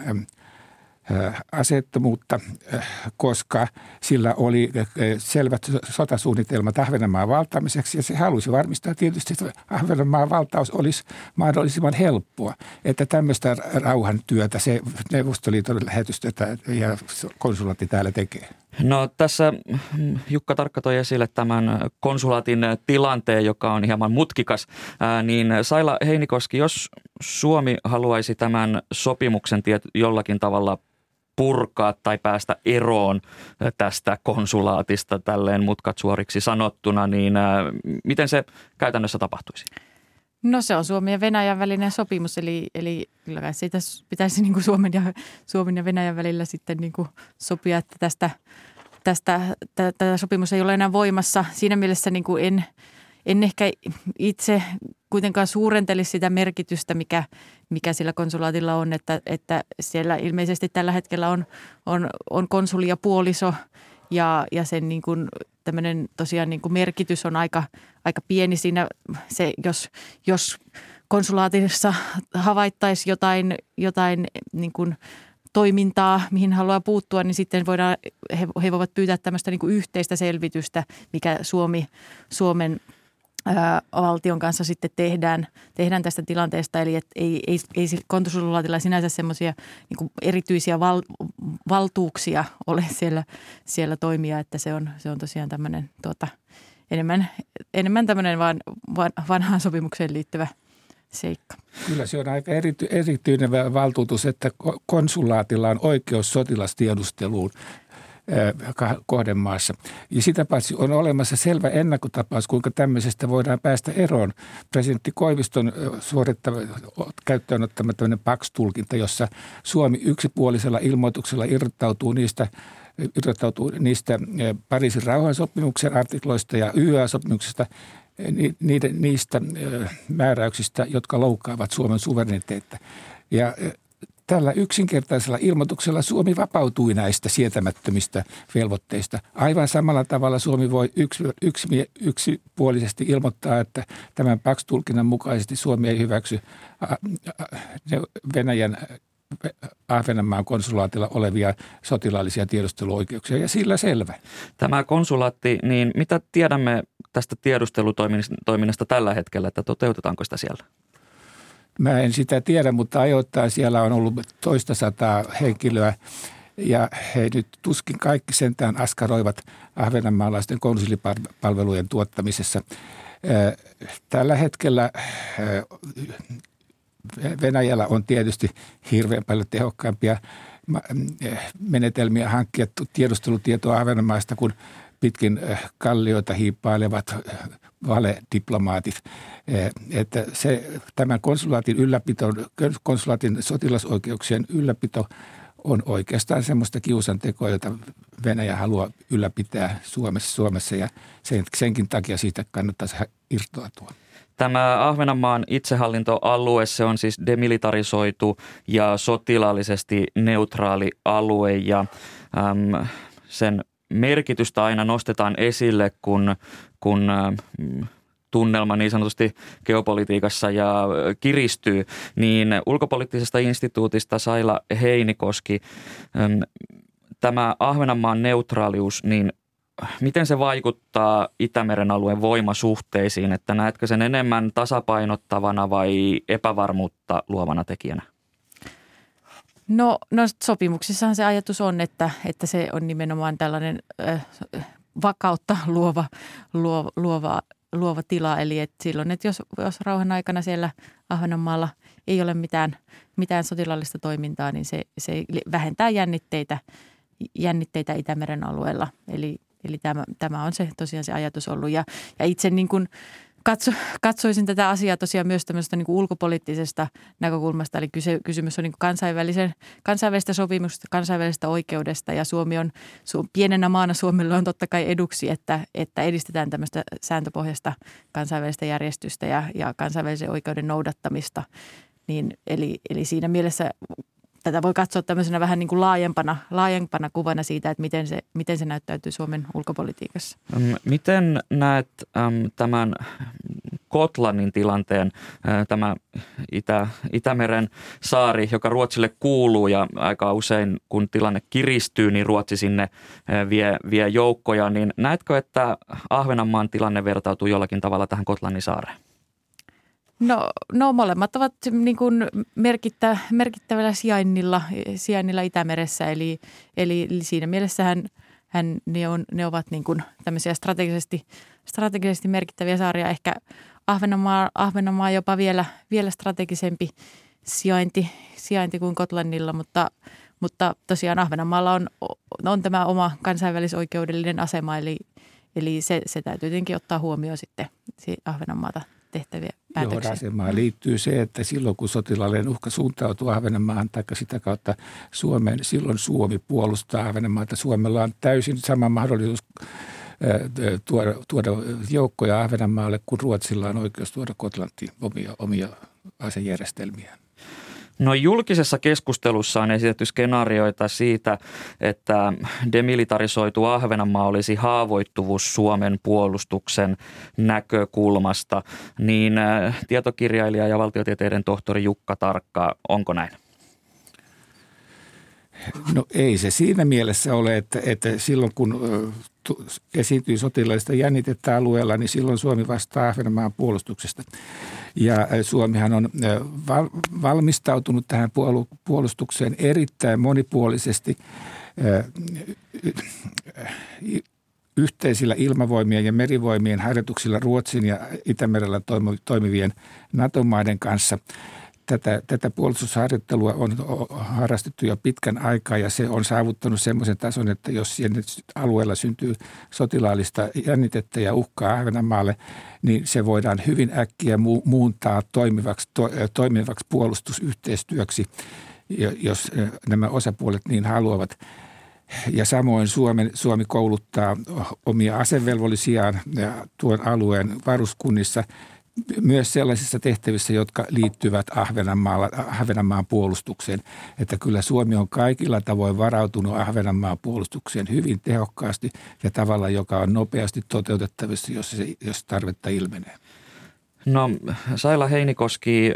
aseettomuutta, koska sillä oli selvät sotasuunnitelmat Ahvenanmaan valtaamiseksi, ja se halusi varmistaa tietysti, että Ahvenanmaan valtaus olisi mahdollisimman helppoa, että tämmöistä rauhantyötä se Neuvostoliiton lähetystö ja konsulaatti täällä tekee. No tässä Jukka Tarkka toi esille tämän konsulaatin tilanteen, joka on hieman mutkikas, ää, niin Saila Heinikoski, jos Suomi haluaisi tämän sopimuksen jollakin tavalla purkaa tai päästä eroon tästä konsulaatista tälleen mutkat suoriksi sanottuna, niin miten se käytännössä tapahtuisi? No se on Suomen ja Venäjän välinen sopimus, eli, eli kyllä siitä pitäisi niin kuin Suomen, ja, Suomen ja Venäjän välillä sitten niin kuin sopia, että tästä, tästä tätä sopimus ei ole enää voimassa. Siinä mielessä niin kuin en, en ehkä itse kuitenkaan suurentelisi sitä merkitystä, mikä, mikä sillä konsulaatilla on, että, että siellä ilmeisesti tällä hetkellä on, on, on konsuli ja puoliso, ja, ja sen niin kuin tämmöinen tosiaan niin kuin merkitys on aika, aika pieni siinä, se, jos, jos konsulaatissa havaittaisi jotain, jotain niin kuin toimintaa, mihin haluaa puuttua, niin sitten voidaan, he, he voivat pyytää tämmöistä niin kuin yhteistä selvitystä, mikä Suomi, Suomen ää, valtion kanssa sitten tehdään, tehdään tästä tilanteesta. Eli et ei, ei, ei konsulaatilla sinänsä semmoisia niin kuin erityisiä val, valtuuksia ole siellä, siellä toimia, että se on, se on tosiaan tämmöinen tuota, enemmän, enemmän tämmöinen vaan, van, vanhaan sopimukseen liittyvä seikka. Kyllä se on aika erity, erityinen valtuutus, että konsulaatilla on oikeus sotilastiedusteluun. kohdemaassa. Ja sitä paitsi on olemassa selvä ennakkotapaus, kuinka tämmöisestä voidaan päästä eroon. Presidentti Koiviston suorittava, käyttöön ottama tämmöinen Pax-tulkinta, jossa Suomi yksipuolisella ilmoituksella irrottautuu niistä, irrottautuu niistä Pariisin rauhansopimuksen artikloista ja Y A-sopimuksesta, niiden, niistä määräyksistä, jotka loukkaavat Suomen suvereniteettia. Ja tällä yksinkertaisella ilmoituksella Suomi vapautui näistä sietämättömistä velvoitteista. Aivan samalla tavalla Suomi voi yksi, yksi, yksipuolisesti ilmoittaa, että tämän Pax-tulkinnan mukaisesti Suomi ei hyväksy Venäjän Ahvenanmaan konsulaatilla olevia sotilaallisia tiedusteluoikeuksia, ja sillä selvä. Tämä konsulaatti, niin mitä tiedämme tästä tiedustelutoiminnasta tällä hetkellä, että toteutetaanko sitä siellä? Mä en sitä tiedä, mutta ajoittain siellä on ollut toista sataa henkilöä, ja he nyt tuskin kaikki sentään askaroivat ahvenanmaalaisten konsulipalvelujen tuottamisessa. Tällä hetkellä Venäjällä on tietysti hirveän paljon tehokkaampia menetelmiä hankkia tiedustelutietoa Ahvenanmaasta kuin pitkin kallioita hiippailevat valediplomaatit. Että se, tämän konsulaatin ylläpito, konsulaatin sotilasoikeuksien ylläpito on oikeastaan semmoista kiusantekoa, jota Venäjä haluaa ylläpitää Suomessa, Suomessa ja sen, senkin takia siitä kannattaisi irtoatua. Tämä Ahvenanmaan itsehallintoalue, se on siis demilitarisoitu ja sotilaallisesti neutraali alue ja äm, sen merkitystä aina nostetaan esille, kun, kun äm, tunnelma niin sanotusti geopolitiikassa ja kiristyy, niin ulkopoliittisesta instituutista Saila Heinikoski, äm, tämä Ahvenanmaan neutraalius, niin miten se vaikuttaa Itämeren alueen voimasuhteisiin, että näetkö sen enemmän tasapainottavana vai epävarmuutta luovana tekijänä? No, no sopimuksissahan se ajatus on, että, että se on nimenomaan tällainen äh, vakautta luova, luova, luova, luova tila. Eli että silloin, että jos, jos rauhan aikana siellä Ahvenanmaalla ei ole mitään, mitään sotilaallista toimintaa, niin se, se vähentää jännitteitä, jännitteitä Itämeren alueella. Eli Eli tämä, tämä on se tosiaan se ajatus ollut. Ja, ja itse niin kuin katso, katsoisin tätä asiaa tosiaan myös tämmöistä niin kuin ulkopoliittisesta näkökulmasta. Eli kyse, kysymys on niin kuin kansainvälisen, kansainvälistä sopimusta, kansainvälisestä oikeudesta. Ja Suomi on, su, pienenä maana Suomelle on totta kai eduksi, että, että edistetään tämmöistä sääntöpohjaista kansainvälistä järjestystä ja, ja kansainvälisen oikeuden noudattamista. Niin, eli, eli siinä mielessä tätä voi katsoa tämmöisenä vähän niin kuin laajempana, laajempana kuvana siitä, että miten se, miten se näyttäytyy Suomen ulkopolitiikassa. Miten näet äm, tämän Gotlannin tilanteen, äh, tämä Itä, Itämeren saari, joka Ruotsille kuuluu ja aika usein kun tilanne kiristyy, niin Ruotsi sinne äh, vie, vie joukkoja, niin näetkö, että Ahvenanmaan tilanne vertautuu jollakin tavalla tähän Gotlannin saareen? No, no molemmat ovat niin kuin merkittä, merkittävällä sijainnilla, sijainnilla Itämeressä, eli, eli siinä mielessä hän, hän, ne, on, ne ovat niin kuin tämmöisiä strategisesti, strategisesti merkittäviä saaria. Ehkä Ahvenanmaa, Ahvenanmaa jopa vielä, vielä strategisempi sijainti, sijainti kuin Gotlannilla, mutta, mutta tosiaan Ahvenanmaalla on, on tämä oma kansainvälisoikeudellinen asema, eli, eli se, se täytyy tietenkin ottaa huomioon sitten Ahvenanmaata tehtäviä päätöksiä. Johon asemaan liittyy se, että silloin kun sotilaallinen uhka suuntautuu Ahvenanmaahan tai sitä kautta Suomeen, silloin Suomi puolustaa Ahvenanmaata. Suomella on täysin sama mahdollisuus tuoda, tuoda joukkoja Ahvenanmaalle, kun Ruotsilla on oikeus tuoda Gotlantiin omia, omia asejärjestelmiä. No julkisessa keskustelussa on esitetty skenaarioita siitä, että demilitarisoitu Ahvenanmaa olisi haavoittuvuus Suomen puolustuksen näkökulmasta. Niin tietokirjailija ja valtiotieteiden tohtori Jukka Tarkka, onko näin? No ei se siinä mielessä ole, että, että silloin kun esiintyy sotilaallista jännitettä alueella, niin silloin Suomi vastaa Ahvenanmaan puolustuksesta. Ja Suomihan on valmistautunut tähän puolustukseen erittäin monipuolisesti yhteisillä ilmavoimien ja merivoimien harjoituksilla Ruotsin ja Itämerellä toimivien NATO-maiden kanssa. tätä, tätä puolustusharjoittelua on harrastettu jo pitkän aikaa ja se on saavuttanut semmoisen tason, että jos siellä alueella syntyy sotilaallista jännitettä ja uhkaa Ahvenanmaalle, niin se voidaan hyvin äkkiä mu- muuntaa toimivaksi, to, toimivaksi puolustusyhteistyöksi, jos nämä osapuolet niin haluavat. Ja samoin Suomi, Suomi kouluttaa omia asevelvollisiaan tuon alueen varuskunnissa myös sellaisissa tehtävissä, jotka liittyvät Ahvenanmaan puolustukseen. Että kyllä Suomi on kaikilla tavoin varautunut Ahvenanmaan puolustukseen hyvin tehokkaasti ja tavalla, joka on nopeasti toteutettavissa, jos, se, jos tarvetta ilmenee. No Saila Heinikoski,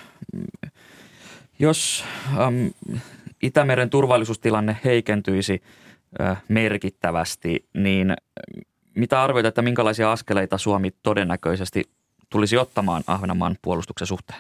jos äm, Itämeren turvallisuustilanne heikentyisi äh, merkittävästi, niin mitä arvioit, että minkälaisia askeleita Suomi todennäköisesti tulisi ottamaan Ahvenanmaan puolustuksen suhteen?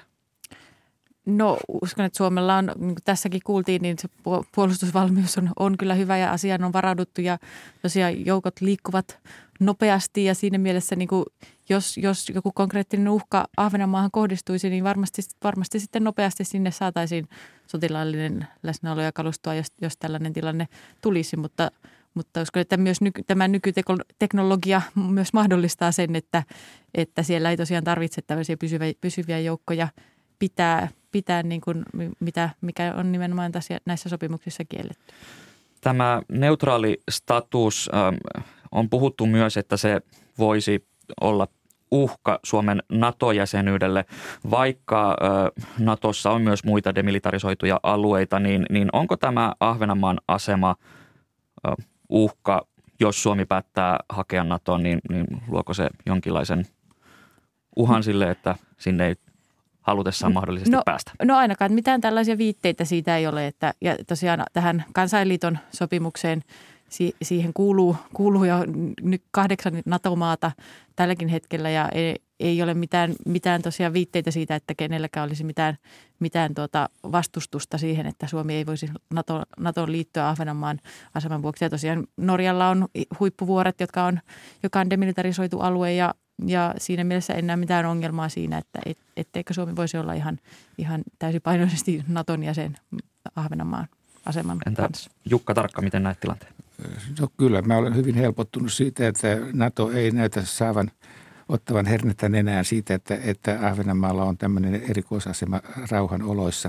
No uskon, että Suomella on, niin kuin tässäkin kuultiin, niin se puolustusvalmius on, on kyllä hyvä ja asiaan on varauduttu ja tosiaan joukot liikkuvat nopeasti ja siinä mielessä niin kuin jos, jos joku konkreettinen uhka Ahvenanmaahan kohdistuisi, niin varmasti, varmasti sitten nopeasti sinne saataisiin sotilaallinen läsnäolo ja kalustoa, jos, jos tällainen tilanne tulisi, mutta Mutta uskon, että myös nyky, tämä nykyteknologia myös mahdollistaa sen, että, että siellä ei tosiaan tarvitse tällaisia pysyviä, pysyviä joukkoja pitää, pitää niin kuin mitä, mikä on nimenomaan tässä, näissä sopimuksissa kielletty. Tämä neutraali status ähm, on puhuttu myös, että se voisi olla uhka Suomen NATO-jäsenyydelle, vaikka äh, Natossa on myös muita demilitarisoituja alueita, niin, niin onko tämä Ahvenanmaan asema äh, uhka, jos Suomi päättää hakea NATOon, niin, niin luoko se jonkinlaisen uhan sille, että sinne ei halutessaan mahdollisesti no, päästä? No ainakaan mitään tällaisia viitteitä siitä ei ole, että ja tosiaan tähän Kansainliiton sopimukseen si, siihen kuuluu, kuuluu jo nyt kahdeksan NATO-maata tälläkin hetkellä ja ei, ei ole mitään, mitään tosiaan viitteitä siitä, että kenelläkään olisi mitään, mitään tuota vastustusta siihen, että Suomi ei voisi NATO, NATOon liittyä Ahvenanmaan aseman vuoksi. Ja tosiaan Norjalla on huippuvuoret, jotka on, joka on demilitarisoitu alue ja, ja siinä mielessä en näe mitään ongelmaa siinä, että et, etteikö Suomi voisi olla ihan, ihan täysipainoisesti NATOn jäsen Ahvenanmaan aseman Entä kanssa. Jukka Tarkka, miten näet tilanteen? No kyllä, mä olen hyvin helpottunut siitä, että NATO ei näytä saavan ottavan hernettä nenään siitä, että, että Ahvenanmaalla on tämmöinen erikoisasema rauhan oloissa.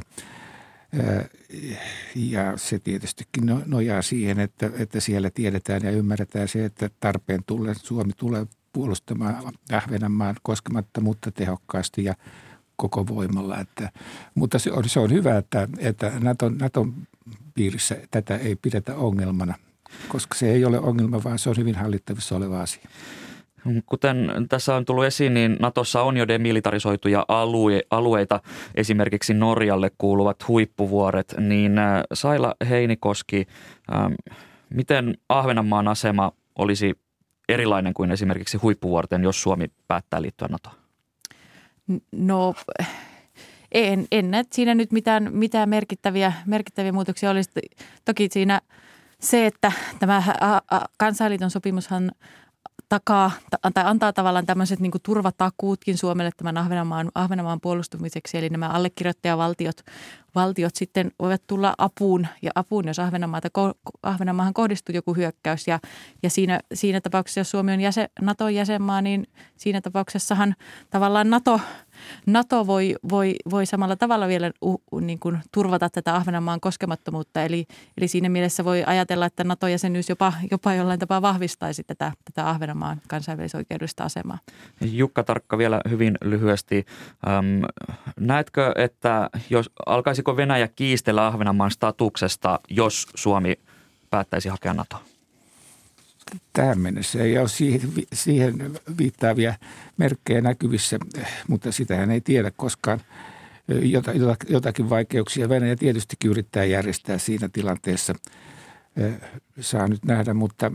Ja se tietystikin nojaa siihen, että, että siellä tiedetään ja ymmärretään se, että tarpeen tullen Suomi tulee puolustamaan Ahvenanmaan koskemattomuutta tehokkaasti ja koko voimalla. Että, mutta se on, se on hyvä, että, että Naton, Naton piirissä tätä ei pidetä ongelmana, koska se ei ole ongelma, vaan se on hyvin hallittavissa oleva asia. Kuten tässä on tullut esiin, niin Natossa on jo demilitarisoituja alue, alueita, esimerkiksi Norjalle kuuluvat huippuvuoret, niin Saila Heinikoski, ähm, miten Ahvenanmaan asema olisi erilainen kuin esimerkiksi huippuvuorten, jos Suomi päättää liittyä NATOon? No en, en näe siinä nyt mitään, mitään merkittäviä, merkittäviä muutoksia olisi. Toki siinä se, että tämä Kansainliiton sopimushan takaa tai antaa tavallaan tämmöiset niin kuin turvatakuutkin Suomelle tämän Ahvenanmaan, Ahvenanmaan puolustumiseksi. Eli nämä allekirjoittajavaltiot valtiot sitten voivat tulla apuun ja apuun, jos Ahvenanmaata, Ahvenanmaahan kohdistuu joku hyökkäys. Ja, ja siinä, siinä tapauksessa, jos Suomi on jäsen, Naton jäsenmaa, niin siinä tapauksessahan tavallaan NATO, NATO voi, voi, voi samalla tavalla vielä uh, niin kuin turvata tätä Ahvenanmaan koskemattomuutta. Eli, eli siinä mielessä voi ajatella, että NATO-jäsenyys jopa, jopa jollain tapaa vahvistaisi tätä, tätä Ahvenanmaan kansainvälisoikeudellista asemaa. Jukka Tarkka vielä hyvin lyhyesti. Ähm, näetkö, että jos alkaisiko Venäjä kiistellä Ahvenanmaan statuksesta, jos Suomi päättäisi hakea NATOa? Tähän mennessä ei ole siihen, siihen viittaavia merkkejä näkyvissä, mutta sitähän ei tiedä koskaan. Jotakin vaikeuksia Venäjä tietystikin yrittää järjestää siinä tilanteessa. Saa nyt nähdä, mutta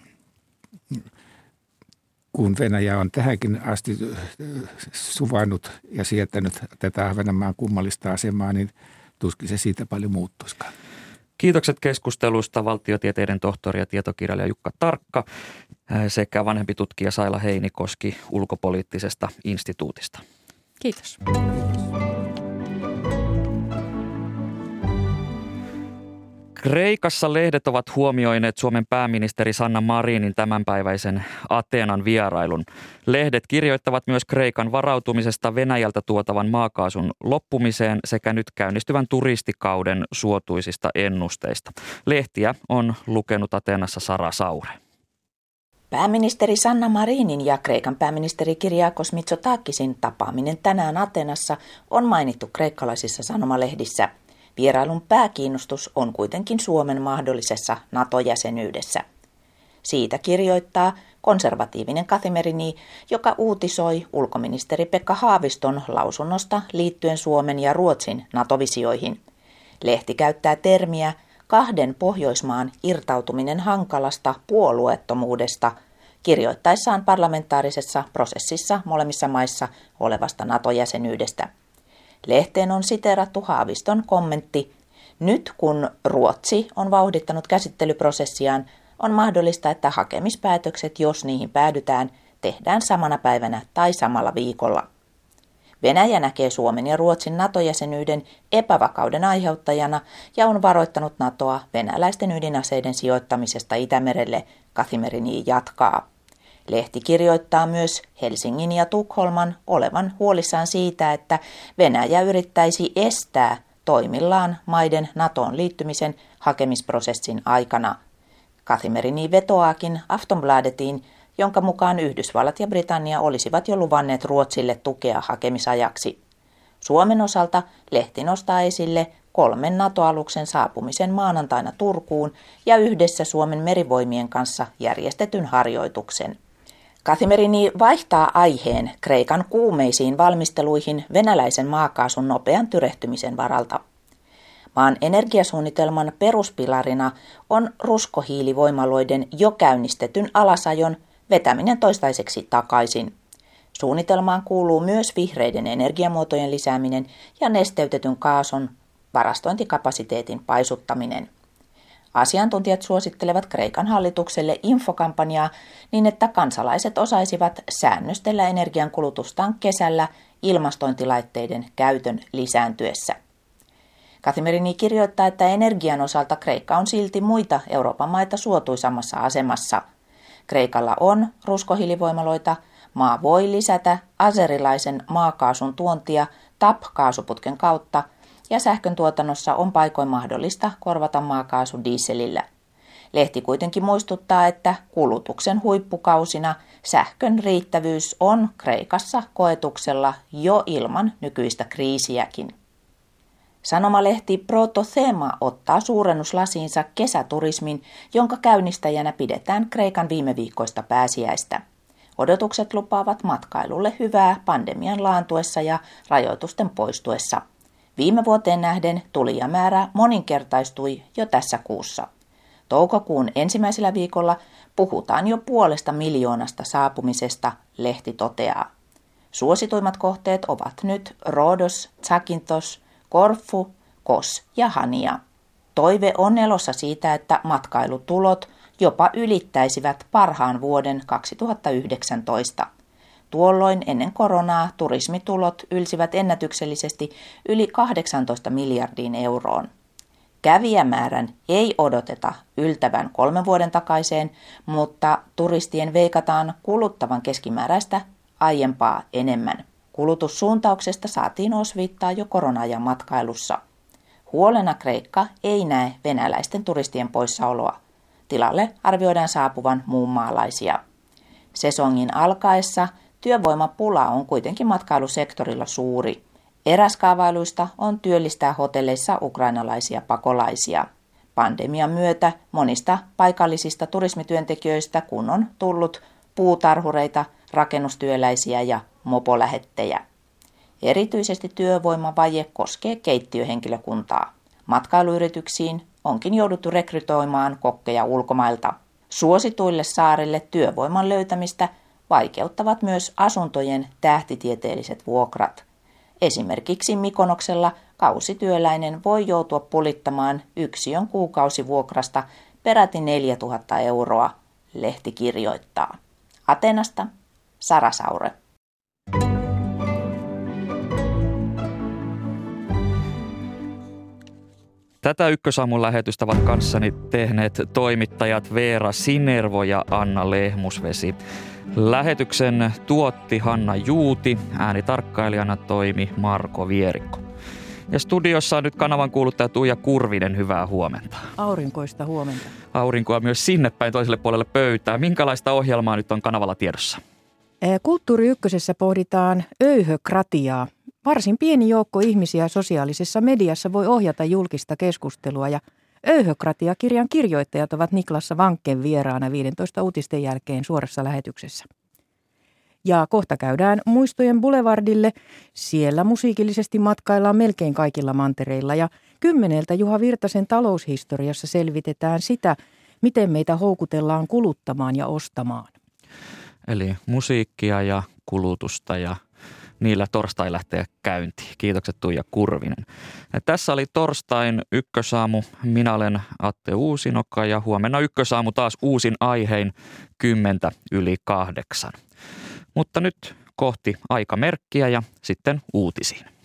kun Venäjä on tähänkin asti suvainnut ja sietänyt tätä Ahvenanmaan kummallista asemaa, niin tuskin se siitä paljon muuttuisikaan. Kiitokset keskustelusta valtiotieteiden tohtori ja tietokirjailija Jukka Tarkka sekä vanhempi tutkija Saila Heinikoski Ulkopoliittisesta instituutista. Kiitos. Kiitos. Kreikassa lehdet ovat huomioineet Suomen pääministeri Sanna Marinin tämänpäiväisen Ateenan vierailun. Lehdet kirjoittavat myös Kreikan varautumisesta Venäjältä tuotavan maakaasun loppumiseen sekä nyt käynnistyvän turistikauden suotuisista ennusteista. Lehtiä on lukenut Ateenassa Sara Saure. Pääministeri Sanna Marinin ja Kreikan pääministeri Kyriakos Mitsotakisin tapaaminen tänään Ateenassa on mainittu kreikkalaisissa sanomalehdissä. Vierailun pääkiinnostus on kuitenkin Suomen mahdollisessa NATO-jäsenyydessä. Siitä kirjoittaa konservatiivinen Kathimerini, joka uutisoi ulkoministeri Pekka Haaviston lausunnosta liittyen Suomen ja Ruotsin NATO-visioihin. Lehti käyttää termiä kahden Pohjoismaan irtautuminen hankalasta puolueettomuudesta kirjoittaessaan parlamentaarisessa prosessissa molemmissa maissa olevasta NATO-jäsenyydestä. Lehteen on siteerattu Haaviston kommentti: nyt kun Ruotsi on vauhdittanut käsittelyprosessiaan, on mahdollista, että hakemispäätökset, jos niihin päädytään, tehdään samana päivänä tai samalla viikolla. Venäjä näkee Suomen ja Ruotsin NATO-jäsenyyden epävakauden aiheuttajana ja on varoittanut NATOa venäläisten ydinaseiden sijoittamisesta Itämerelle, Kathimerini jatkaa. Lehti kirjoittaa myös Helsingin ja Tukholman olevan huolissaan siitä, että Venäjä yrittäisi estää toimillaan maiden NATOon liittymisen hakemisprosessin aikana. Kathimerini vetoaakin Aftonbladetiin, jonka mukaan Yhdysvallat ja Britannia olisivat jo luvanneet Ruotsille tukea hakemisajaksi. Suomen osalta lehti nostaa esille kolmen NATO-aluksen saapumisen maanantaina Turkuun ja yhdessä Suomen merivoimien kanssa järjestetyn harjoituksen. Kathimerini vaihtaa aiheen Kreikan kuumeisiin valmisteluihin venäläisen maakaasun nopean tyrehtymisen varalta. Maan energiasuunnitelman peruspilarina on ruskohiilivoimaloiden jo käynnistetyn alasajon vetäminen toistaiseksi takaisin. Suunnitelmaan kuuluu myös vihreiden energiamuotojen lisääminen ja nesteytetyn kaasun varastointikapasiteetin paisuttaminen. Asiantuntijat suosittelevat Kreikan hallitukselle infokampanjaa niin, että kansalaiset osaisivat säännöstellä energiankulutustaan kesällä ilmastointilaitteiden käytön lisääntyessä. Kathimerini kirjoittaa, että energian osalta Kreikka on silti muita Euroopan maita suotuisammassa asemassa. Kreikalla on ruskohiilivoimaloita, maa voi lisätä azerilaisen maakaasun tuontia T A P-kaasuputken kautta ja sähkön tuotannossa on paikoin mahdollista korvata maakaasu dieselillä. Lehti kuitenkin muistuttaa, että kulutuksen huippukausina sähkön riittävyys on Kreikassa koetuksella jo ilman nykyistä kriisiäkin. Sanomalehti Protothema ottaa suurennuslasiinsa kesäturismin, jonka käynnistäjänä pidetään Kreikan viime viikkoista pääsiäistä. Odotukset lupaavat matkailulle hyvää pandemian laantuessa ja rajoitusten poistuessa. Viime vuoteen nähden tulijamäärä moninkertaistui jo tässä kuussa. Toukokuun ensimmäisellä viikolla puhutaan jo puolesta miljoonasta saapumisesta, lehti toteaa. Suosituimmat kohteet ovat nyt Rhodos, Zakynthos, Korfu, Kos ja Hania. Toive on elossa siitä, että matkailutulot jopa ylittäisivät parhaan vuoden kaksituhattayhdeksäntoista. Tuolloin ennen koronaa turismitulot ylsivät ennätyksellisesti yli kahdeksantoista miljardiin euroon. Kävijämäärän ei odoteta yltävän kolmen vuoden takaiseen, mutta turistien veikataan kuluttavan keskimääräistä aiempaa enemmän. Kulutussuuntauksesta saatiin osviittaa jo korona-ajan matkailussa. Huolena Kreikka ei näe venäläisten turistien poissaoloa. Tilalle arvioidaan saapuvan muunmaalaisia. Sesongin alkaessa työvoimapula on kuitenkin matkailusektorilla suuri. Eräs kaavailuista on työllistää hotelleissa ukrainalaisia pakolaisia. Pandemian myötä monista paikallisista turismityöntekijöistä kun on tullut puutarhureita, rakennustyöläisiä ja mopolähettejä. Erityisesti työvoimavaje koskee keittiöhenkilökuntaa. Matkailuyrityksiin onkin jouduttu rekrytoimaan kokkeja ulkomailta. Suosituille saarille työvoiman löytämistä vaikeuttavat myös asuntojen tähtitieteelliset vuokrat. Esimerkiksi Mikonoksella kausityöläinen voi joutua pulittamaan yksiön kuukausivuokrasta peräti neljätuhatta euroa, lehti kirjoittaa. Atenasta Sara Saure. Tätä Ykkösaamun lähetystä ovat kanssani tehneet toimittajat Veera Sinervo ja Anna Lehmusvesi. Lähetyksen tuotti Hanna Juuti, äänitarkkailijana toimi Marko Vierikko. Ja studiossa on nyt kanavan kuuluttaja Tuija Kurvinen, hyvää huomenta. Aurinkoista huomenta. Aurinkoa myös sinne päin toiselle puolelle pöytää. Minkälaista ohjelmaa nyt on kanavalla tiedossa? Kulttuuri Ykkösessä pohditaan öyhökratiaa. Varsin pieni joukko ihmisiä sosiaalisessa mediassa voi ohjata julkista keskustelua ja Öyhökratia-kirjan kirjoittajat ovat Niklassa Vankken vieraana viisitoista uutisten jälkeen suorassa lähetyksessä. Ja kohta käydään Muistojen Boulevardille. Siellä musiikillisesti matkaillaan melkein kaikilla mantereilla ja kymmeneltä Juha Virtasen taloushistoriassa selvitetään sitä, miten meitä houkutellaan kuluttamaan ja ostamaan. Eli musiikkia ja kulutusta ja niillä torstai lähtee käyntiin. Kiitokset Tuija Kurvinen. Ja tässä oli torstain Ykkösaamu. Minä olen Atte Uusinoka ja huomenna Ykkösaamu taas uusin aihein kymmentä yli kahdeksan. Mutta nyt kohti aikamerkkiä ja sitten uutisiin.